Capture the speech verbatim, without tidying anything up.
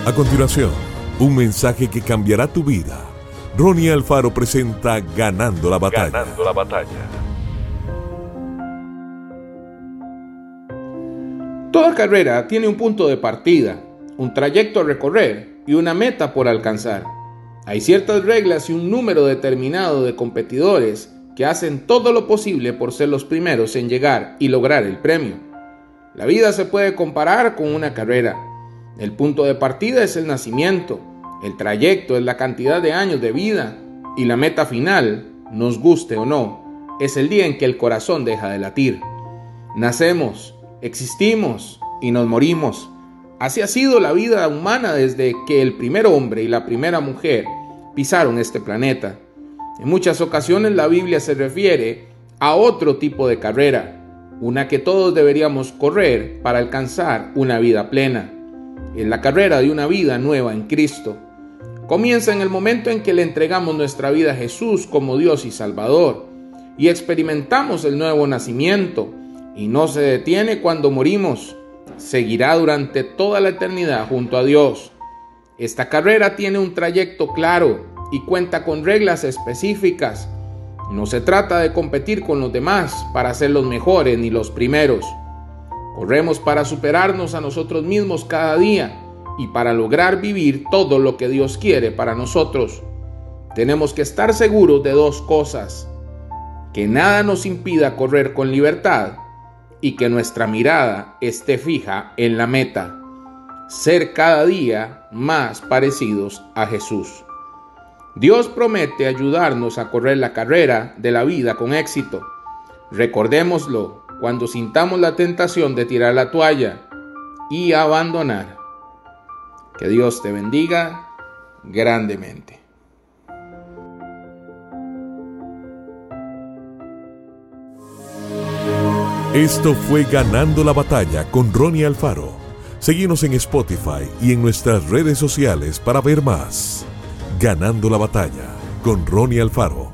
A continuación, un mensaje que cambiará tu vida. Ronnie Alfaro presenta Ganando la Batalla. Ganando la Batalla. Toda carrera tiene un punto de partida, un trayecto a recorrer y una meta por alcanzar. Hay ciertas reglas y un número determinado de competidores que hacen todo lo posible por ser los primeros en llegar y lograr el premio. La vida se puede comparar con una carrera. El punto de partida es el nacimiento, el trayecto es la cantidad de años de vida y la meta final, nos guste o no, es el día en que el corazón deja de latir. Nacemos, existimos y nos morimos. Así ha sido la vida humana desde que el primer hombre y la primera mujer pisaron este planeta. En muchas ocasiones la Biblia se refiere a otro tipo de carrera, una que todos deberíamos correr para alcanzar una vida plena. Es la carrera de una vida nueva en Cristo. Comienza en el momento en que le entregamos nuestra vida a Jesús como Dios y Salvador y experimentamos el nuevo nacimiento, y no se detiene cuando morimos. Seguirá durante toda la eternidad junto a Dios. Esta carrera tiene un trayecto claro y cuenta con reglas específicas. No se trata de competir con los demás para ser los mejores ni los primeros. Corremos para superarnos a nosotros mismos cada día y para lograr vivir todo lo que Dios quiere para nosotros. Tenemos que estar seguros de dos cosas: que nada nos impida correr con libertad y que nuestra mirada esté fija en la meta, ser cada día más parecidos a Jesús. Dios promete ayudarnos a correr la carrera de la vida con éxito. Recordémoslo cuando sintamos la tentación de tirar la toalla y abandonar. Que Dios te bendiga grandemente. Esto fue Ganando la Batalla con Ronnie Alfaro. Síguenos en Spotify y en nuestras redes sociales para ver más. Ganando la Batalla con Ronnie Alfaro.